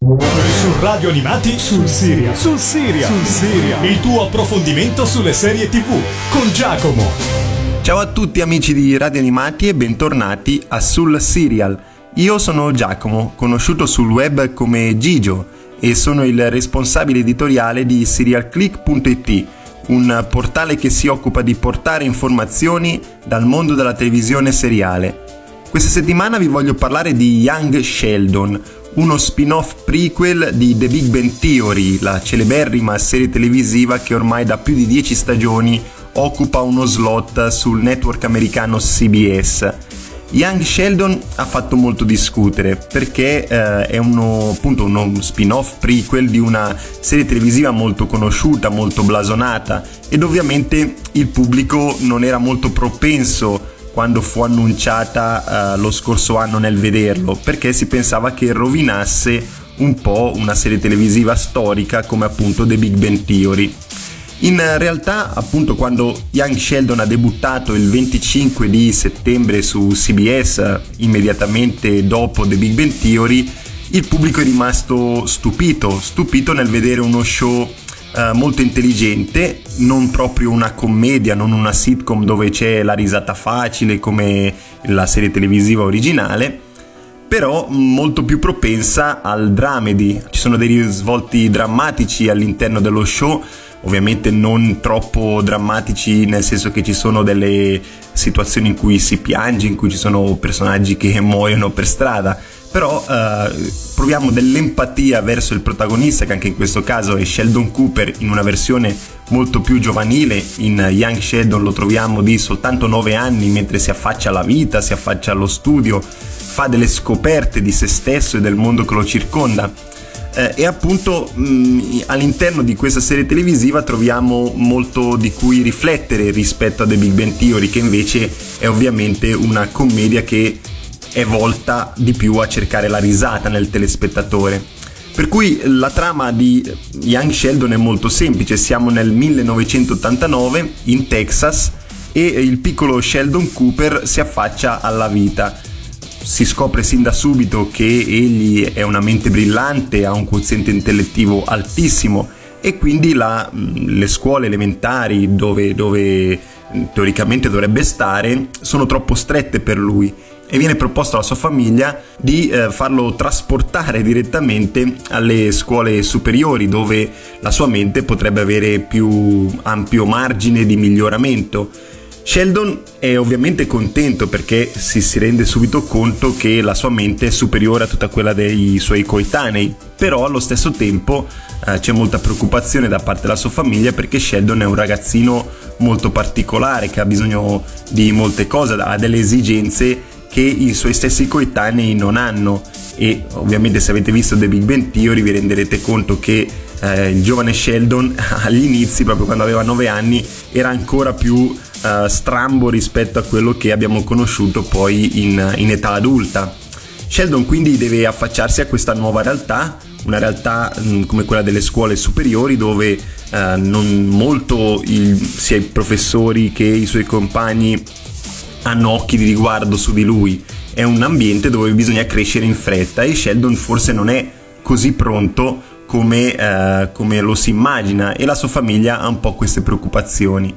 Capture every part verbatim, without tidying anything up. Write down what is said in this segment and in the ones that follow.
Su Radio Animati sul Serial. Sul Serial. Sul Serial. Il tuo approfondimento sulle serie tivù con Giacomo. Ciao a tutti amici di Radio Animati e bentornati a Sul Serial. Io sono Giacomo, conosciuto sul web come Gigio, e sono il responsabile editoriale di serial click punto it, un portale che si occupa di portare informazioni dal mondo della televisione seriale. Questa settimana vi voglio parlare di Young Sheldon, uno spin-off prequel di The Big Bang Theory, la celeberrima serie televisiva che ormai da più di dieci stagioni occupa uno slot sul network americano C B S. Young Sheldon ha fatto molto discutere perché eh, è uno, appunto, uno spin-off prequel di una serie televisiva molto conosciuta, molto blasonata, ed ovviamente il pubblico non era molto propenso quando fu annunciata uh, lo scorso anno nel vederlo, perché si pensava che rovinasse un po' una serie televisiva storica come appunto The Big Bang Theory. In realtà, appunto, quando Young Sheldon ha debuttato il venticinque di settembre su C B S, immediatamente dopo The Big Bang Theory, il pubblico è rimasto stupito, stupito nel vedere uno show Uh, molto intelligente, non proprio una commedia, non una sitcom dove c'è la risata facile come la serie televisiva originale, però molto più propensa al dramedy. Ci sono dei risvolti drammatici all'interno dello show, ovviamente non troppo drammatici nel senso che ci sono delle situazioni in cui si piange, in cui ci sono personaggi che muoiono per strada, però eh, proviamo dell'empatia verso il protagonista, che anche in questo caso è Sheldon Cooper in una versione molto più giovanile. In Young Sheldon lo troviamo di soltanto nove anni, mentre si affaccia alla vita, si affaccia allo studio, fa delle scoperte di se stesso e del mondo che lo circonda. Eh, e appunto mh, all'interno di questa serie televisiva troviamo molto di cui riflettere rispetto a The Big Bang Theory, che invece è ovviamente una commedia che è volta di più a cercare la risata nel telespettatore. Per cui la trama di Young Sheldon è molto semplice. Siamo nel millenovecentottantanove in Texas e il piccolo Sheldon Cooper si affaccia alla vita. Si scopre sin da subito che egli è una mente brillante, ha un quoziente intellettivo altissimo, e quindi la, le scuole elementari dove, dove teoricamente dovrebbe stare sono troppo strette per lui, e viene proposto alla sua famiglia di eh, farlo trasportare direttamente alle scuole superiori, dove la sua mente potrebbe avere più ampio margine di miglioramento. Sheldon è ovviamente contento perché si, si rende subito conto che la sua mente è superiore a tutta quella dei suoi coetanei, però allo stesso tempo eh, c'è molta preoccupazione da parte della sua famiglia, perché Sheldon è un ragazzino molto particolare che ha bisogno di molte cose, ha delle esigenze che i suoi stessi coetanei non hanno. E ovviamente, se avete visto The Big Bang Theory, vi renderete conto che eh, il giovane Sheldon agli inizi, proprio quando aveva nove anni, era ancora più eh, strambo rispetto a quello che abbiamo conosciuto poi in, in età adulta. Sheldon quindi deve affacciarsi a questa nuova realtà, una realtà mh, come quella delle scuole superiori, dove eh, non molto il, sia i professori che i suoi compagni hanno occhi di riguardo su di lui. È un ambiente dove bisogna crescere in fretta, e Sheldon forse non è così pronto come, eh, come lo si immagina, e la sua famiglia ha un po' queste preoccupazioni.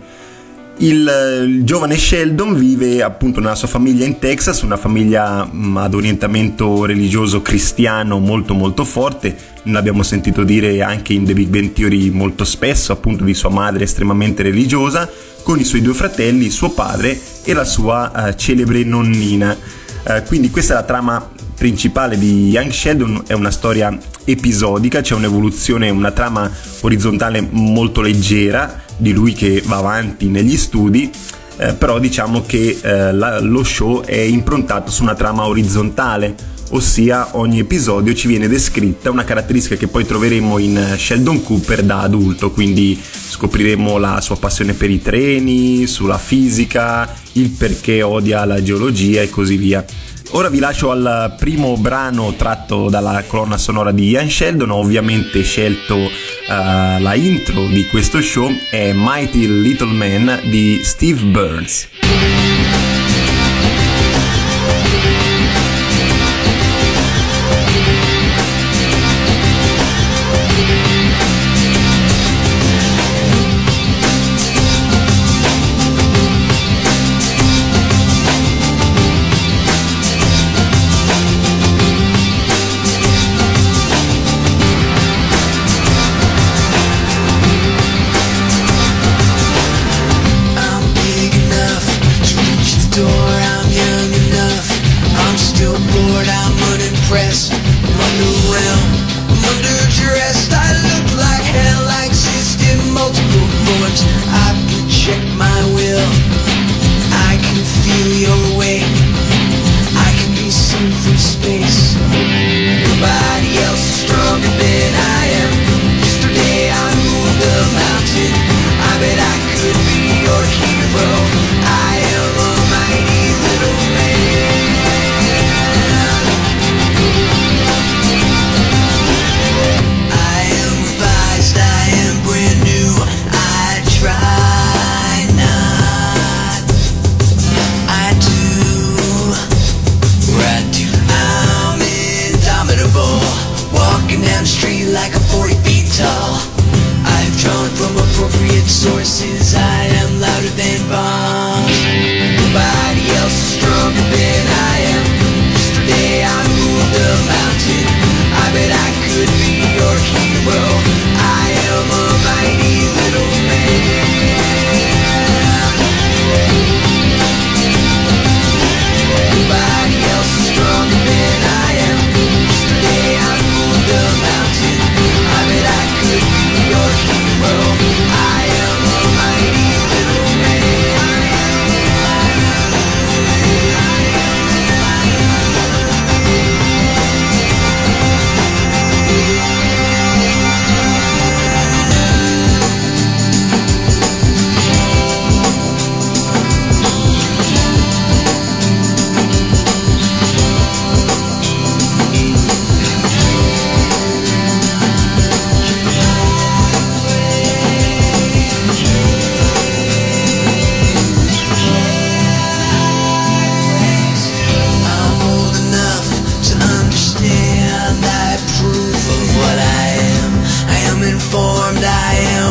Il, il giovane Sheldon vive appunto nella sua famiglia in Texas, una famiglia mh, ad orientamento religioso cristiano molto molto forte. L'abbiamo sentito dire anche in The Big Bang Theory molto spesso, appunto, di sua madre estremamente religiosa, con i suoi due fratelli, suo padre e la sua uh, celebre nonnina. Uh, quindi questa è la trama principale di Young Sheldon. È una storia episodica, c'è un'evoluzione, una trama orizzontale molto leggera di lui che va avanti negli studi, eh, però diciamo che eh, la, lo show è improntato su una trama orizzontale, ossia ogni episodio ci viene descritta una caratteristica che poi troveremo in Sheldon Cooper da adulto, quindi scopriremo la sua passione per i treni, sulla fisica, il perché odia la geologia e così via. Ora vi lascio al primo brano tratto dalla colonna sonora di Young Sheldon. Ho ovviamente scelto uh, la intro di questo show, è Mighty Little Man di Steve Burns.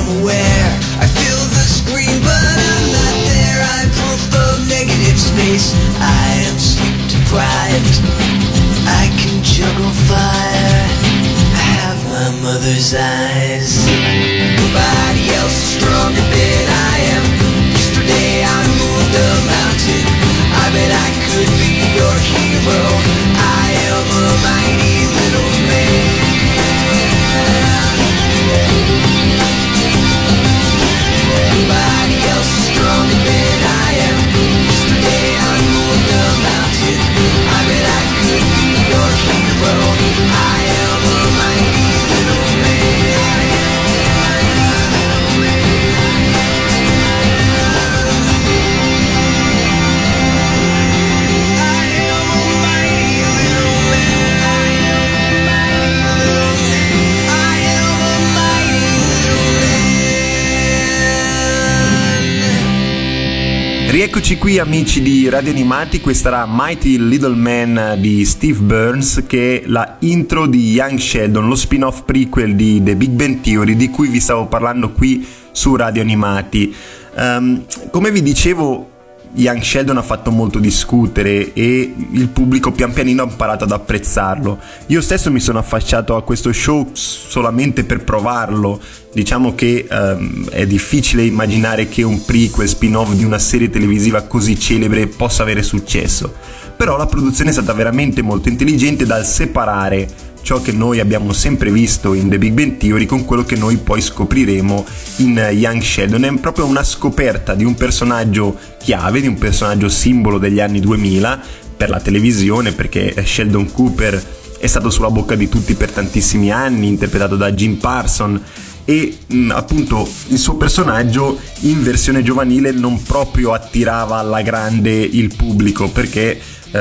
I'm aware. I feel the scream, but I'm not there. I'm proof of negative space. I am sleep deprived. I can juggle fire. I have my mother's eyes. Nobody else is stronger than I am. Yesterday I moved a mountain. I bet I could be your hero. I am a mighty little man. Nobody else is stronger than I am. Yesterday I moved a mountain. I bet I could be your hero. I am a mighty little man. Rieccoci qui amici di Radio Animati, questa era Mighty Little Man di Steve Burns, che è la intro di Young Sheldon, lo spin-off prequel di The Big Bang Theory di cui vi stavo parlando qui su Radio Animati. Um, come vi dicevo, Young Sheldon ha fatto molto discutere e il pubblico pian pianino ha imparato ad apprezzarlo. Io stesso mi sono affacciato a questo show solamente per provarlo. Diciamo che um, è difficile immaginare che un prequel spin-off di una serie televisiva così celebre possa avere successo, però la produzione è stata veramente molto intelligente dal separare ciò che noi abbiamo sempre visto in The Big Bang Theory con quello che noi poi scopriremo in Young Sheldon. È proprio una scoperta di un personaggio chiave, di un personaggio simbolo degli anni duemila per la televisione, perché Sheldon Cooper è stato sulla bocca di tutti per tantissimi anni, interpretato da Jim Parsons, e mh, appunto il suo personaggio in versione giovanile non proprio attirava alla grande il pubblico, perché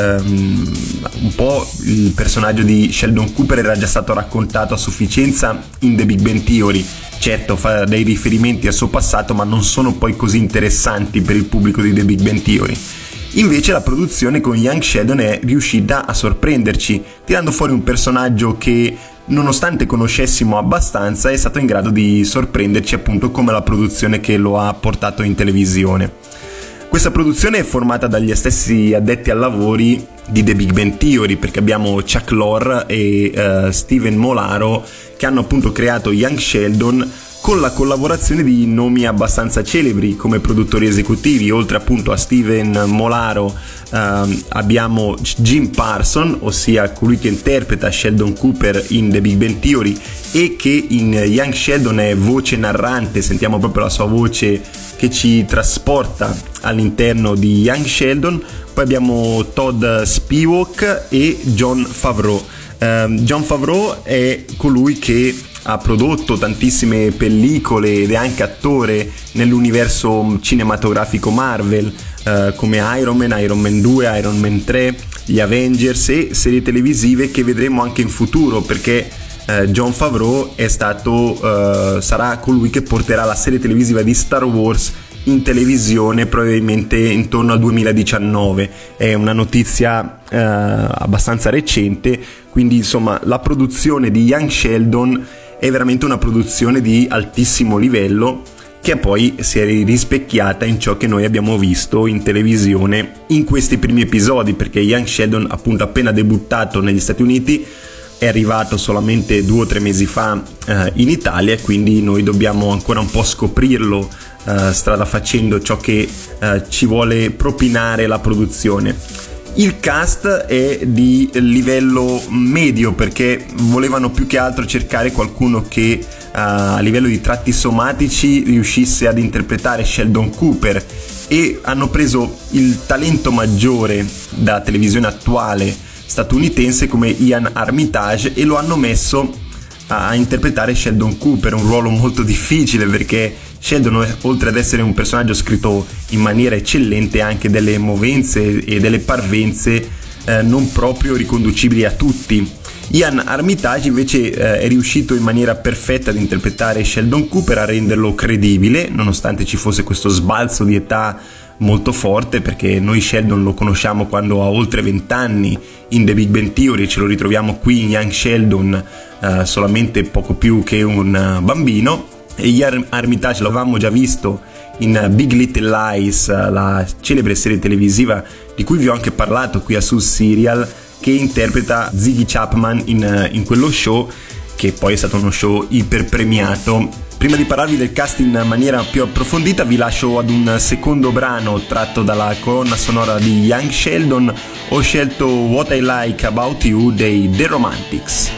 Um, un po' il personaggio di Sheldon Cooper era già stato raccontato a sufficienza in The Big Bang Theory. Certo, fa dei riferimenti al suo passato, ma non sono poi così interessanti per il pubblico di The Big Bang Theory. Invece la produzione con Young Sheldon è riuscita a sorprenderci, tirando fuori un personaggio che, nonostante conoscessimo abbastanza, è stato in grado di sorprenderci, appunto come la produzione che lo ha portato in televisione. Questa produzione è formata dagli stessi addetti ai lavori di The Big Bang Theory, perché abbiamo Chuck Lorre e uh, Steven Molaro che hanno appunto creato Young Sheldon con la collaborazione di nomi abbastanza celebri come produttori esecutivi. Oltre appunto a Steven Molaro uh, abbiamo Jim Parsons, ossia colui che interpreta Sheldon Cooper in The Big Bang Theory e che in Young Sheldon è voce narrante, sentiamo proprio la sua voce che ci trasporta all'interno di Young Sheldon. Poi abbiamo Todd Spivak e Jon Favreau. Uh, Jon Favreau è colui che ha prodotto tantissime pellicole ed è anche attore nell'universo cinematografico Marvel, uh, come Iron Man, Iron Man due, Iron Man tre, gli Avengers e serie televisive che vedremo anche in futuro, perché uh, Jon Favreau è stato uh, sarà colui che porterà la serie televisiva di Star Wars in televisione probabilmente intorno al duemiladiciannove. È una notizia eh, abbastanza recente, quindi insomma la produzione di Young Sheldon è veramente una produzione di altissimo livello, che poi si è rispecchiata in ciò che noi abbiamo visto in televisione in questi primi episodi, perché Young Sheldon, appunto appena debuttato negli Stati Uniti, è arrivato solamente due o tre mesi fa eh, in Italia, e quindi noi dobbiamo ancora un po' scoprirlo Uh, strada facendo, ciò che uh, ci vuole propinare la produzione. Il cast è di livello medio, perché volevano più che altro cercare qualcuno che uh, a livello di tratti somatici riuscisse ad interpretare Sheldon Cooper, e hanno preso il talento maggiore da televisione attuale statunitense come Ian Armitage e lo hanno messo a interpretare Sheldon Cooper, un ruolo molto difficile perché Sheldon, oltre ad essere un personaggio scritto in maniera eccellente, ha anche delle movenze e delle parvenze eh, non proprio riconducibili a tutti. Ian Armitage invece eh, è riuscito in maniera perfetta ad interpretare Sheldon Cooper, a renderlo credibile nonostante ci fosse questo sbalzo di età molto forte, perché noi Sheldon lo conosciamo quando ha oltre vent'anni in The Big Bang Theory, ce lo ritroviamo qui in Young Sheldon eh, solamente poco più che un bambino. e Ian Armitage l'avevamo già visto in Big Little Lies, la celebre serie televisiva di cui vi ho anche parlato qui a Sul Serial, che interpreta Ziggy Chapman in, in quello show, che poi è stato uno show iper premiato. Prima di parlarvi del cast in maniera più approfondita, vi lascio ad un secondo brano tratto dalla colonna sonora di Young Sheldon. Ho scelto What I Like About You dei The Romantics.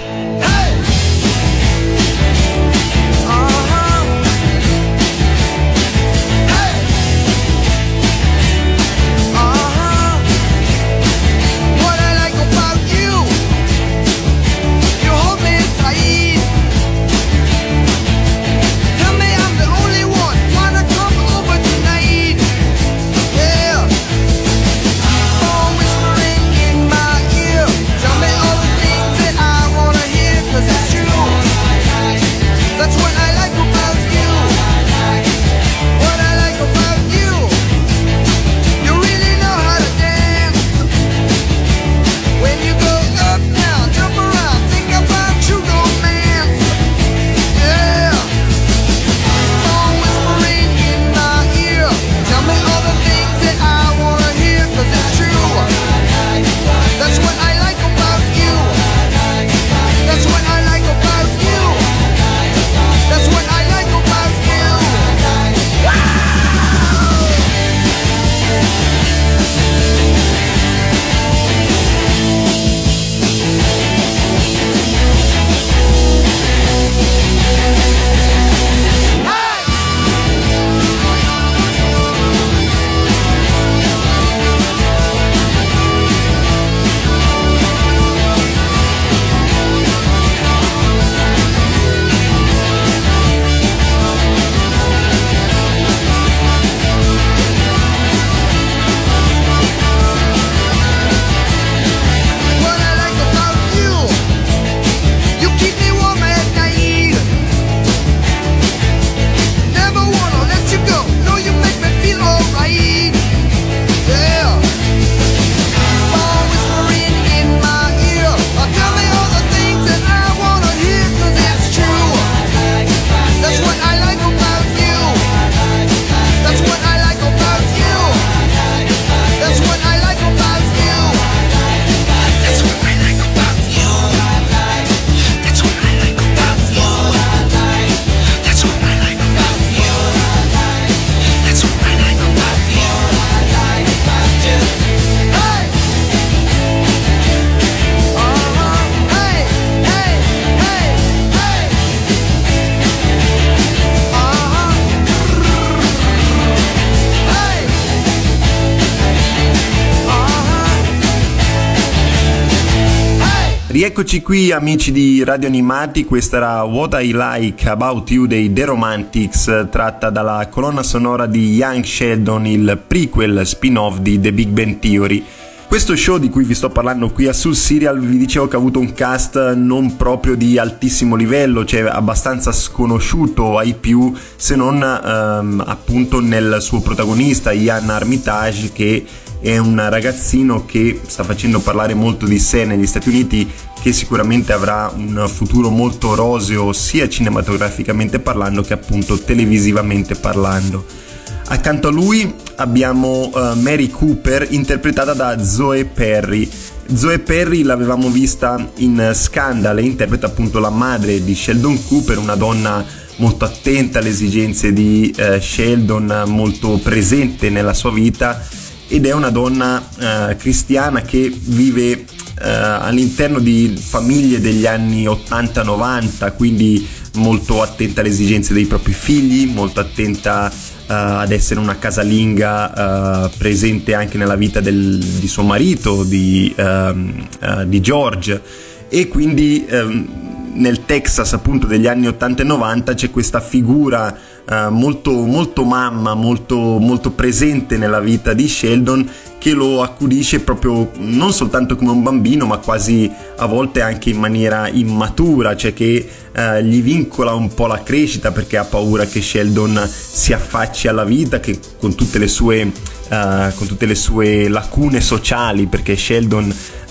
Rieccoci qui amici di Radio Animati, questa era What I Like About You dei The Romantics, tratta dalla colonna sonora di Young Sheldon, il prequel spin-off di The Big Bang Theory. Questo show di cui vi sto parlando qui a Sul Serial, vi dicevo che ha avuto un cast non proprio di altissimo livello, cioè abbastanza sconosciuto ai più, se non ehm, appunto nel suo protagonista Ian Armitage, che è un ragazzino che sta facendo parlare molto di sé negli Stati Uniti, che sicuramente avrà un futuro molto roseo sia cinematograficamente parlando che appunto televisivamente parlando. Accanto a lui abbiamo uh, Mary Cooper, interpretata da Zoe Perry. Zoe Perry l'avevamo vista in Scandal e interpreta appunto la madre di Sheldon Cooper, una donna molto attenta alle esigenze di uh, Sheldon, molto presente nella sua vita, ed è una donna uh, cristiana che vive uh, all'interno di famiglie degli anni ottanta novanta, quindi molto attenta alle esigenze dei propri figli, molto attenta uh, ad essere una casalinga uh, presente anche nella vita del, di suo marito, di, uh, uh, di George, e quindi um, nel Texas appunto degli anni ottanta e novanta c'è questa figura uh, molto, molto mamma, molto, molto presente nella vita di Sheldon, che lo accudisce proprio non soltanto come un bambino, ma quasi a volte anche in maniera immatura, cioè che uh, gli vincola un po' la crescita, perché ha paura che Sheldon si affacci alla vita, che con tutte le sue uh, con tutte le sue lacune sociali, perché Sheldon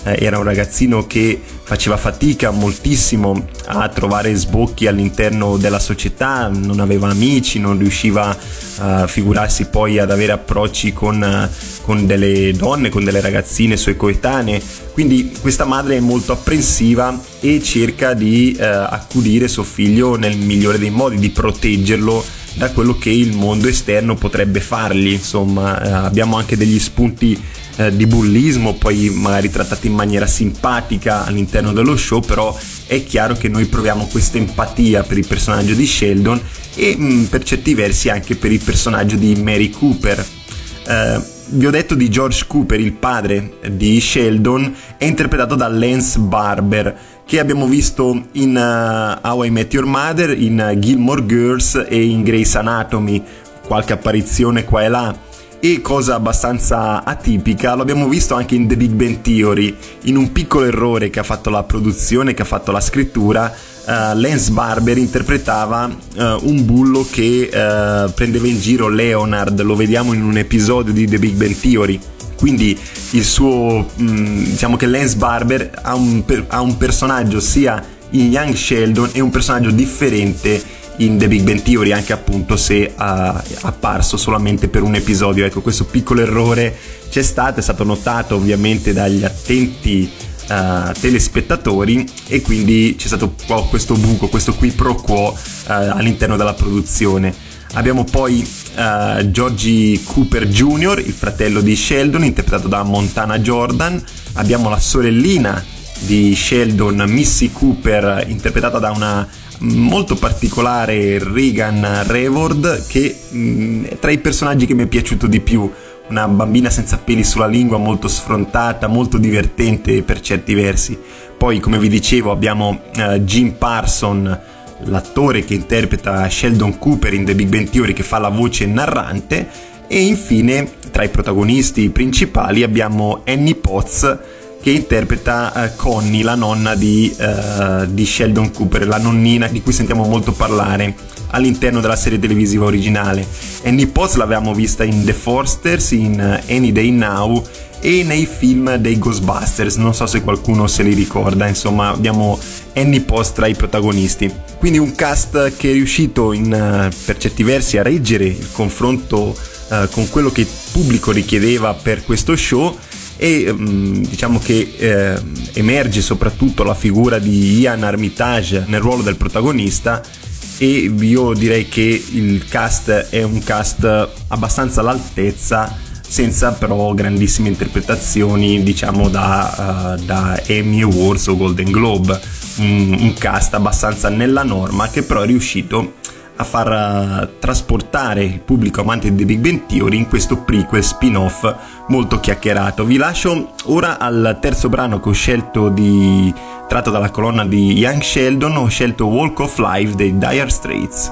eh, era un ragazzino che faceva fatica moltissimo a trovare sbocchi all'interno della società, non aveva amici, non riusciva a figurarsi poi ad avere approcci con, con delle donne, con delle ragazzine sue coetanee. Quindi questa madre è molto apprensiva e cerca di eh, accudire suo figlio nel migliore dei modi, di proteggerlo da quello che il mondo esterno potrebbe fargli. Insomma, eh, abbiamo anche degli spunti eh, di bullismo, poi magari trattati in maniera simpatica all'interno dello show, però è chiaro che noi proviamo questa empatia per il personaggio di Sheldon e mh, per certi versi anche per il personaggio di Mary Cooper. Eh, vi ho detto di George Cooper, il padre di Sheldon, è interpretato da Lance Barber, che abbiamo visto in uh, How I Met Your Mother, in uh, Gilmore Girls e in Grey's Anatomy, qualche apparizione qua e là. E cosa abbastanza atipica, lo abbiamo visto anche in The Big Bang Theory. In un piccolo errore che ha fatto la produzione, che ha fatto la scrittura, uh, Lance Barber interpretava uh, un bullo che uh, prendeva in giro Leonard. Lo vediamo in un episodio di The Big Bang Theory. Quindi il suo, mh, diciamo che Lance Barber ha un, per, ha un personaggio sia in Young Sheldon e un personaggio differente in The Big Bang Theory, anche appunto se ha apparso solamente per un episodio. Ecco, questo piccolo errore c'è stato, è stato notato ovviamente dagli attenti uh, telespettatori, e quindi c'è stato questo buco, questo qui pro quo uh, all'interno della produzione. Abbiamo poi uh, Georgie Cooper Junior, il fratello di Sheldon, interpretato da Montana Jordan. Abbiamo la sorellina di Sheldon, Missy Cooper, interpretata da una molto particolare Regan Reward, che mh, è tra i personaggi che mi è piaciuto di più. Una bambina senza peli sulla lingua, molto sfrontata, molto divertente per certi versi. Poi, come vi dicevo, abbiamo uh, Jim Parsons, l'attore che interpreta Sheldon Cooper in The Big Bang Theory, che fa la voce narrante. E infine, tra i protagonisti principali, abbiamo Annie Potts, che interpreta uh, Connie, la nonna di, uh, di Sheldon Cooper, la nonnina di cui sentiamo molto parlare all'interno della serie televisiva originale. Annie Potts l'avevamo vista in The Forsters, in uh, Any Day Now e nei film dei Ghostbusters, non so se qualcuno se li ricorda. Insomma, abbiamo Annie Potts tra i protagonisti. Quindi un cast che è riuscito in, uh, per certi versi a reggere il confronto uh, con quello che il pubblico richiedeva per questo show. E um, diciamo che eh, emerge soprattutto la figura di Ian Armitage nel ruolo del protagonista, e io direi che il cast è un cast abbastanza all'altezza, senza però grandissime interpretazioni, diciamo da, uh, da Emmy Awards o Golden Globe. Un, un cast abbastanza nella norma, che però è riuscito a far uh, trasportare il pubblico amante di The Big Bang Theory in questo prequel spin-off molto chiacchierato. Vi lascio ora al terzo brano che ho scelto, di tratto dalla colonna di Young Sheldon. Ho scelto Walk of Life dei Dire Straits.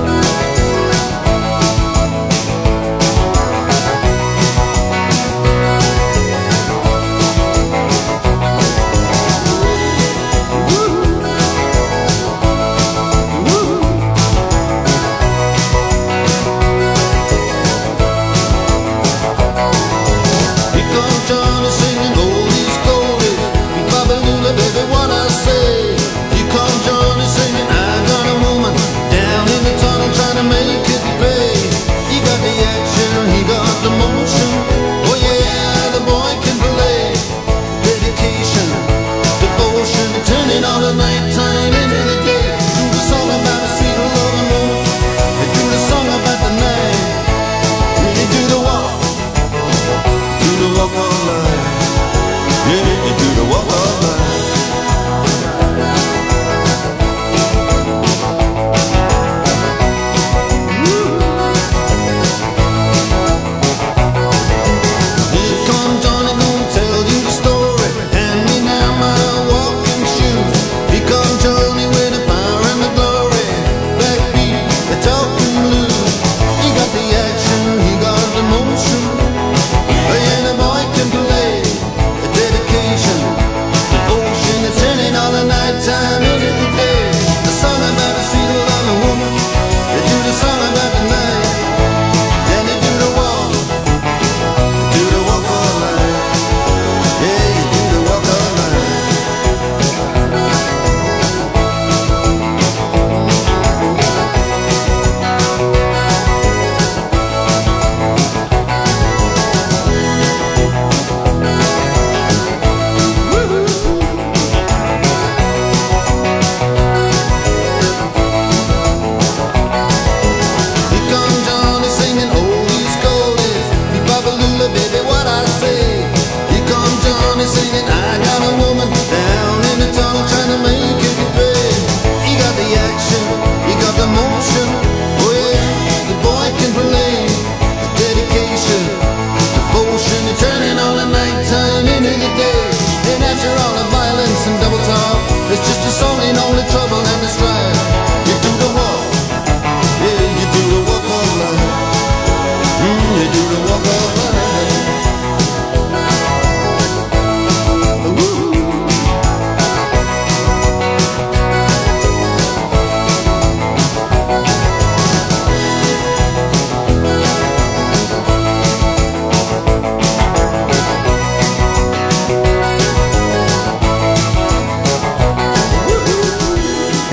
Walk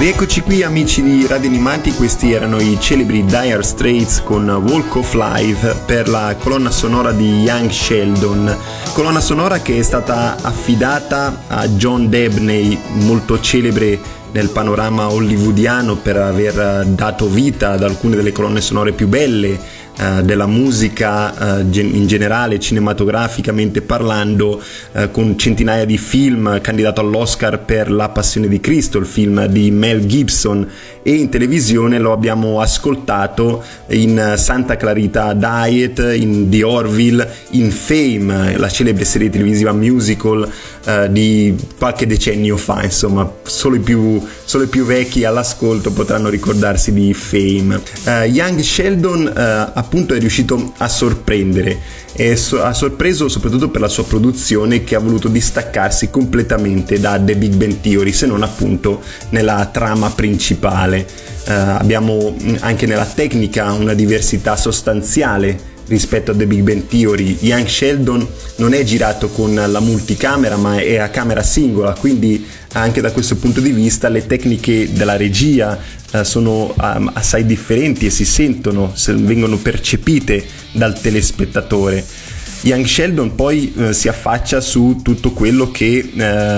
Rieccoci qui amici di Radio Animati, questi erano i celebri Dire Straits con Walk of Life per la colonna sonora di Young Sheldon, colonna sonora che è stata affidata a John Debney, molto celebre nel panorama hollywoodiano per aver dato vita ad alcune delle colonne sonore più belle Uh, della musica uh, gen- in generale, cinematograficamente parlando, uh, con centinaia di film, candidato all'Oscar per La Passione di Cristo, il film di Mel Gibson, e in televisione lo abbiamo ascoltato in Santa Clarita Diet, in The Orville, in Fame, la celebre serie televisiva musical uh, di qualche decennio fa. Insomma, solo i più, solo i più vecchi all'ascolto potranno ricordarsi di Fame. Uh, Young Sheldon uh, appunto è riuscito a sorprendere e so- ha sorpreso soprattutto per la sua produzione, che ha voluto distaccarsi completamente da The Big Bang Theory, se non appunto nella trama principale. Uh, abbiamo anche nella tecnica una diversità sostanziale rispetto a The Big Bang Theory. Young Sheldon non è girato con la multicamera ma è a camera singola, quindi anche da questo punto di vista le tecniche della regia uh, sono um, assai differenti e si sentono, se vengono percepite dal telespettatore. Young Sheldon poi uh, si affaccia su tutto quello che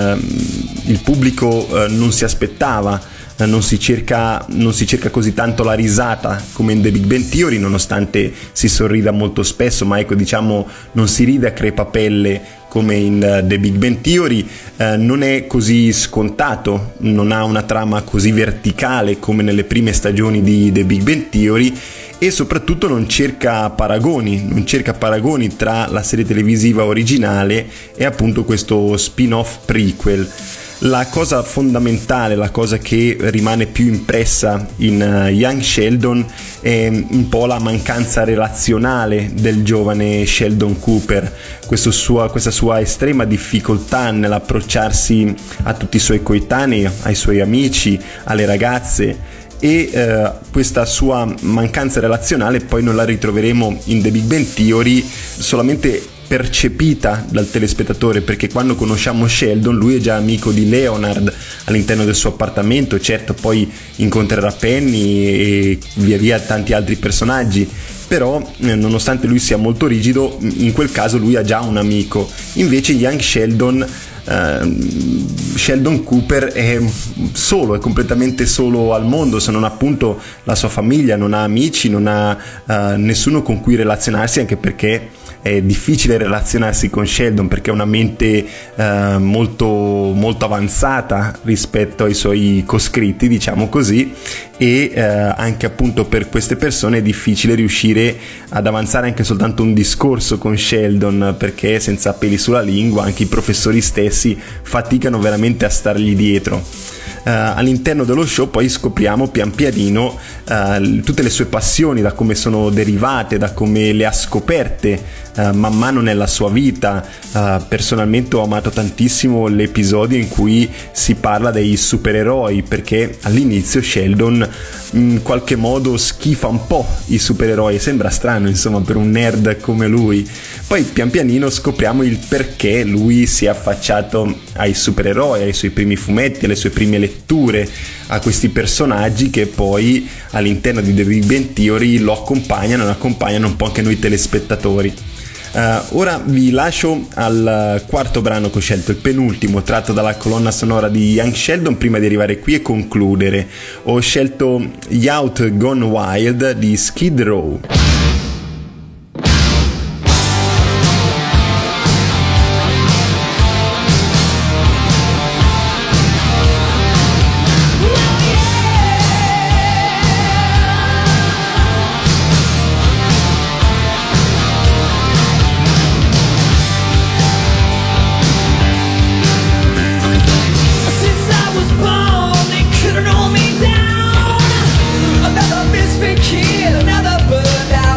uh, il pubblico uh, non si aspettava. Non si, cerca, non si cerca così tanto la risata come in The Big Bang Theory, nonostante si sorrida molto spesso, ma ecco, diciamo, non si ride a crepapelle come in uh, The Big Bang Theory. Uh, non è così scontato, non ha una trama così verticale come nelle prime stagioni di The Big Bang Theory, e soprattutto non cerca paragoni, non cerca paragoni tra la serie televisiva originale e appunto questo spin-off prequel. La cosa fondamentale, la cosa che rimane più impressa in uh, Young Sheldon è un po' la mancanza relazionale del giovane Sheldon Cooper, questo sua, questa sua estrema difficoltà nell'approcciarsi a tutti i suoi coetanei, ai suoi amici, alle ragazze, e uh, questa sua mancanza relazionale poi non la ritroveremo in The Big Bang Theory solamente percepita dal telespettatore, perché quando conosciamo Sheldon lui è già amico di Leonard all'interno del suo appartamento. Certo, poi incontrerà Penny e via via tanti altri personaggi, però eh, nonostante lui sia molto rigido, in quel caso lui ha già un amico. Invece Young Sheldon Uh, Sheldon Cooper è solo, è completamente solo al mondo, se non appunto la sua famiglia, non ha amici, non ha uh, nessuno con cui relazionarsi, anche perché è difficile relazionarsi con Sheldon perché ha una mente uh, molto, molto avanzata rispetto ai suoi coscritti, diciamo così, e uh, anche appunto per queste persone è difficile riuscire ad avanzare anche soltanto un discorso con Sheldon, perché senza peli sulla lingua anche i professori stessi faticano veramente a stargli dietro. Uh, all'interno dello show poi scopriamo pian pianino uh, tutte le sue passioni, da come sono derivate, da come le ha scoperte uh, man mano nella sua vita. Uh, personalmente ho amato tantissimo l'episodio in cui si parla dei supereroi, perché all'inizio Sheldon in qualche modo schifa un po' i supereroi, sembra strano insomma per un nerd come lui. Poi pian pianino scopriamo il perché lui si è affacciato ai supereroi, ai suoi primi fumetti, alle sue prime letture, a questi personaggi che poi all'interno di The Big Bang Theory lo accompagnano e accompagnano un po' anche noi telespettatori. Uh, ora vi lascio al quarto brano che ho scelto, il penultimo, tratto dalla colonna sonora di Young Sheldon. Prima di arrivare qui e concludere, ho scelto Youth Gone Wild di Skid Row. Kid, another bird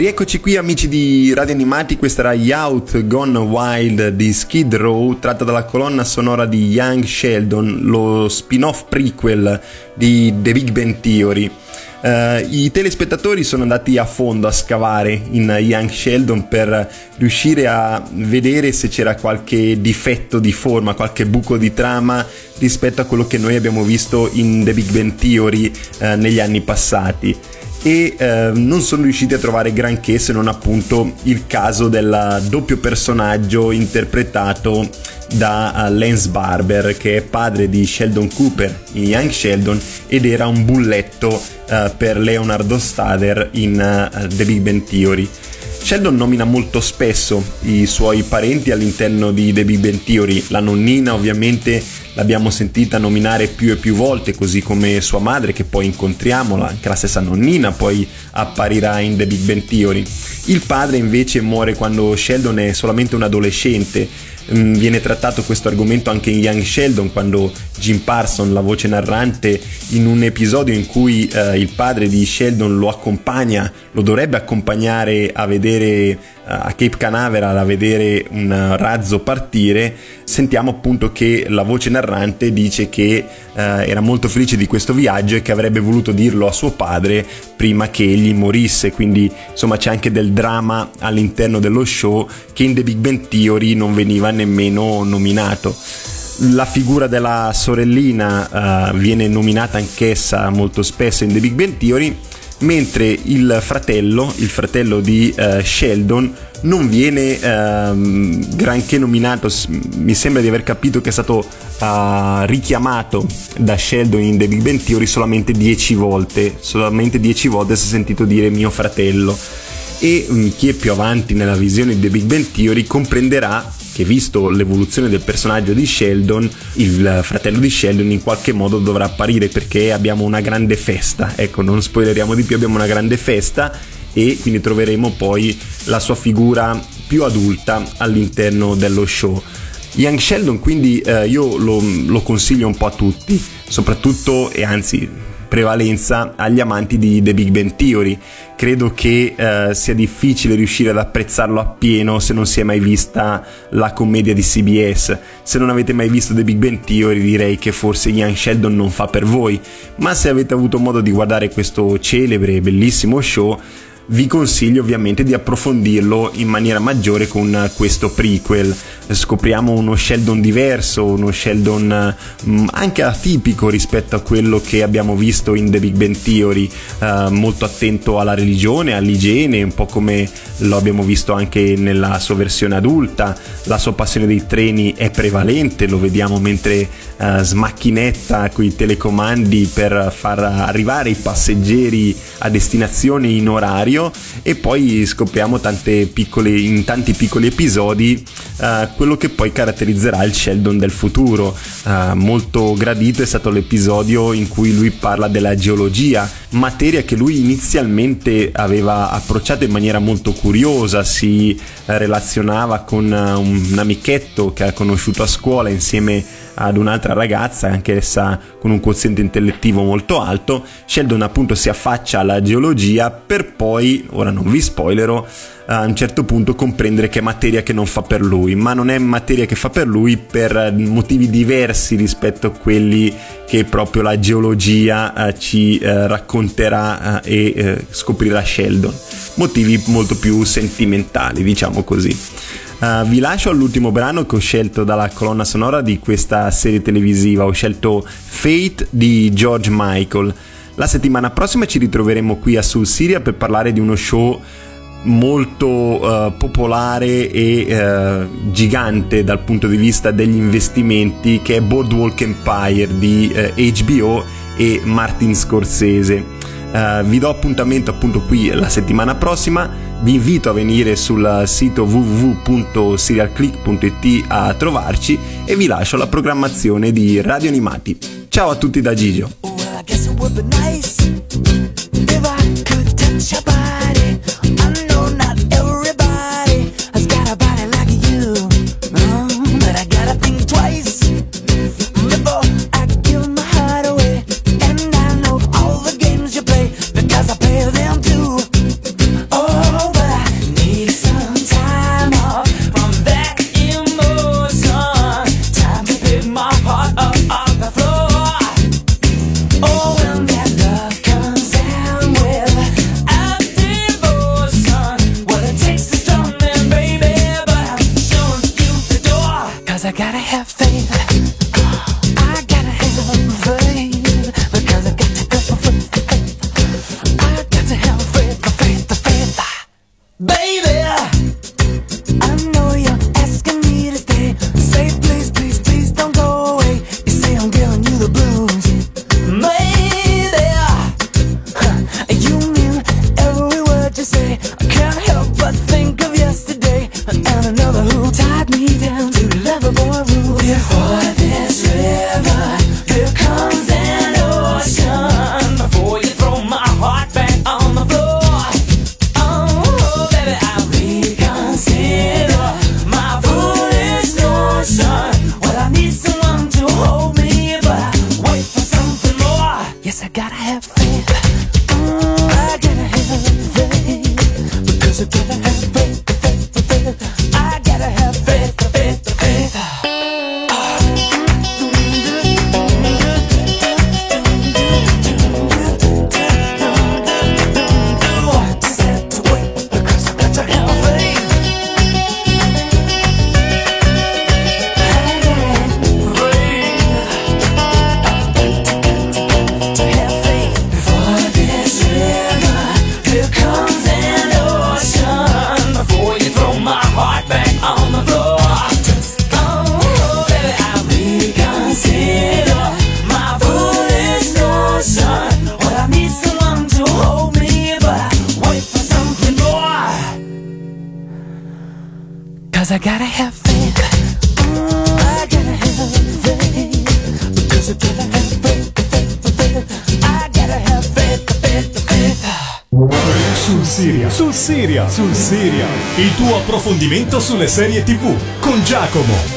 rieccoci qui amici di Radio Animati, questa era Youth Gone Wild di Skid Row, tratta dalla colonna sonora di Young Sheldon, lo spin-off prequel di The Big Bang Theory. Uh, I telespettatori sono andati a fondo a scavare in Young Sheldon per riuscire a vedere se c'era qualche difetto di forma, qualche buco di trama rispetto a quello che noi abbiamo visto in The Big Bang Theory uh, negli anni passati. E eh, non sono riusciti a trovare granché, se non appunto il caso del doppio personaggio interpretato da uh, Lance Barber, che è padre di Sheldon Cooper in Young Sheldon ed era un bulletto uh, per Leonard Stader in uh, The Big Bang Theory. Sheldon nomina molto spesso i suoi parenti all'interno di The Big Bang Theory. La nonnina ovviamente l'abbiamo sentita nominare più e più volte, così come sua madre, che poi incontriamo, anche la stessa nonnina poi apparirà in The Big Bang Theory. Il padre invece muore quando Sheldon è solamente un adolescente. Viene trattato questo argomento anche in Young Sheldon, quando Jim Parsons, la voce narrante, in un episodio in cui eh, il padre di Sheldon lo accompagna, lo dovrebbe accompagnare a vedere eh, a Cape Canaveral, a vedere un razzo partire, sentiamo appunto che la voce narrante dice che eh, era molto felice di questo viaggio e che avrebbe voluto dirlo a suo padre prima che egli morisse. Quindi insomma c'è anche del dramma all'interno dello show che in The Big Bang Theory non veniva nemmeno nominato. La figura della sorellina uh, viene nominata anch'essa molto spesso in The Big Bang Theory, mentre il fratello, il fratello di uh, Sheldon, non viene uh, granché nominato. Mi sembra di aver capito che è stato uh, richiamato da Sheldon in The Big Bang Theory solamente dieci volte, solamente dieci volte si è sentito dire mio fratello. E um, chi è più avanti nella visione di The Big Bang Theory comprenderà che, visto l'evoluzione del personaggio di Sheldon, il fratello di Sheldon in qualche modo dovrà apparire, perché abbiamo una grande festa. Ecco, non spoileriamo di più, abbiamo una grande festa e quindi troveremo poi la sua figura più adulta all'interno dello show. Young Sheldon quindi eh, io lo, lo consiglio un po' a tutti, soprattutto e anzi prevalenza agli amanti di The Big Bang Theory. Credo che eh, sia difficile riuscire ad apprezzarlo appieno se non si è mai vista la commedia di C B S. Se non avete mai visto The Big Bang Theory, direi che forse Young Sheldon non fa per voi, ma se avete avuto modo di guardare questo celebre e bellissimo show, vi consiglio ovviamente di approfondirlo in maniera maggiore con questo prequel. Scopriamo uno Sheldon diverso, uno Sheldon mh, anche atipico rispetto a quello che abbiamo visto in The Big Bang Theory, uh, molto attento alla religione, all'igiene, un po' come lo abbiamo visto anche nella sua versione adulta. La sua passione dei treni è prevalente, lo vediamo mentre uh, smacchinetta coi telecomandi per far arrivare i passeggeri a destinazione in orario. E poi scopriamo tante piccole, in tanti piccoli episodi uh, quello che poi caratterizzerà il Sheldon del futuro. Uh, molto gradito è stato l'episodio in cui lui parla della geologia, materia che lui inizialmente aveva approcciato in maniera molto curiosa. Si relazionava con uh, un amichetto che ha conosciuto a scuola insieme ad un'altra ragazza, anch'essa con un quoziente intellettivo molto alto. Sheldon appunto si affaccia alla geologia per poi, ora non vi spoilerò, a un certo punto comprendere che è materia che non fa per lui, ma non è materia che fa per lui per motivi diversi rispetto a quelli che proprio la geologia eh, ci eh, racconterà eh, e eh, scoprirà Sheldon, motivi molto più sentimentali, diciamo così. Uh, vi lascio all'ultimo brano che ho scelto dalla colonna sonora di questa serie televisiva. Ho scelto Fate di George Michael. La settimana prossima ci ritroveremo qui a Soul Serial per parlare di uno show molto uh, popolare e uh, gigante dal punto di vista degli investimenti, che è Boardwalk Empire di uh, H B O e Martin Scorsese. Uh, vi do appuntamento appunto qui la settimana prossima. Vi invito a venire sul sito w w w punto serial click punto i t a trovarci e vi lascio la programmazione di Radio Animati. Ciao a tutti da Gigio. Oh, 'cause I gotta have faith. Mm, I gotta have faith, because I gotta have faith, faith, faith. I gotta have faith, faith, faith. Sul Serial, sul Serial, sul Serial, il tuo approfondimento sulle serie tivù con Giacomo.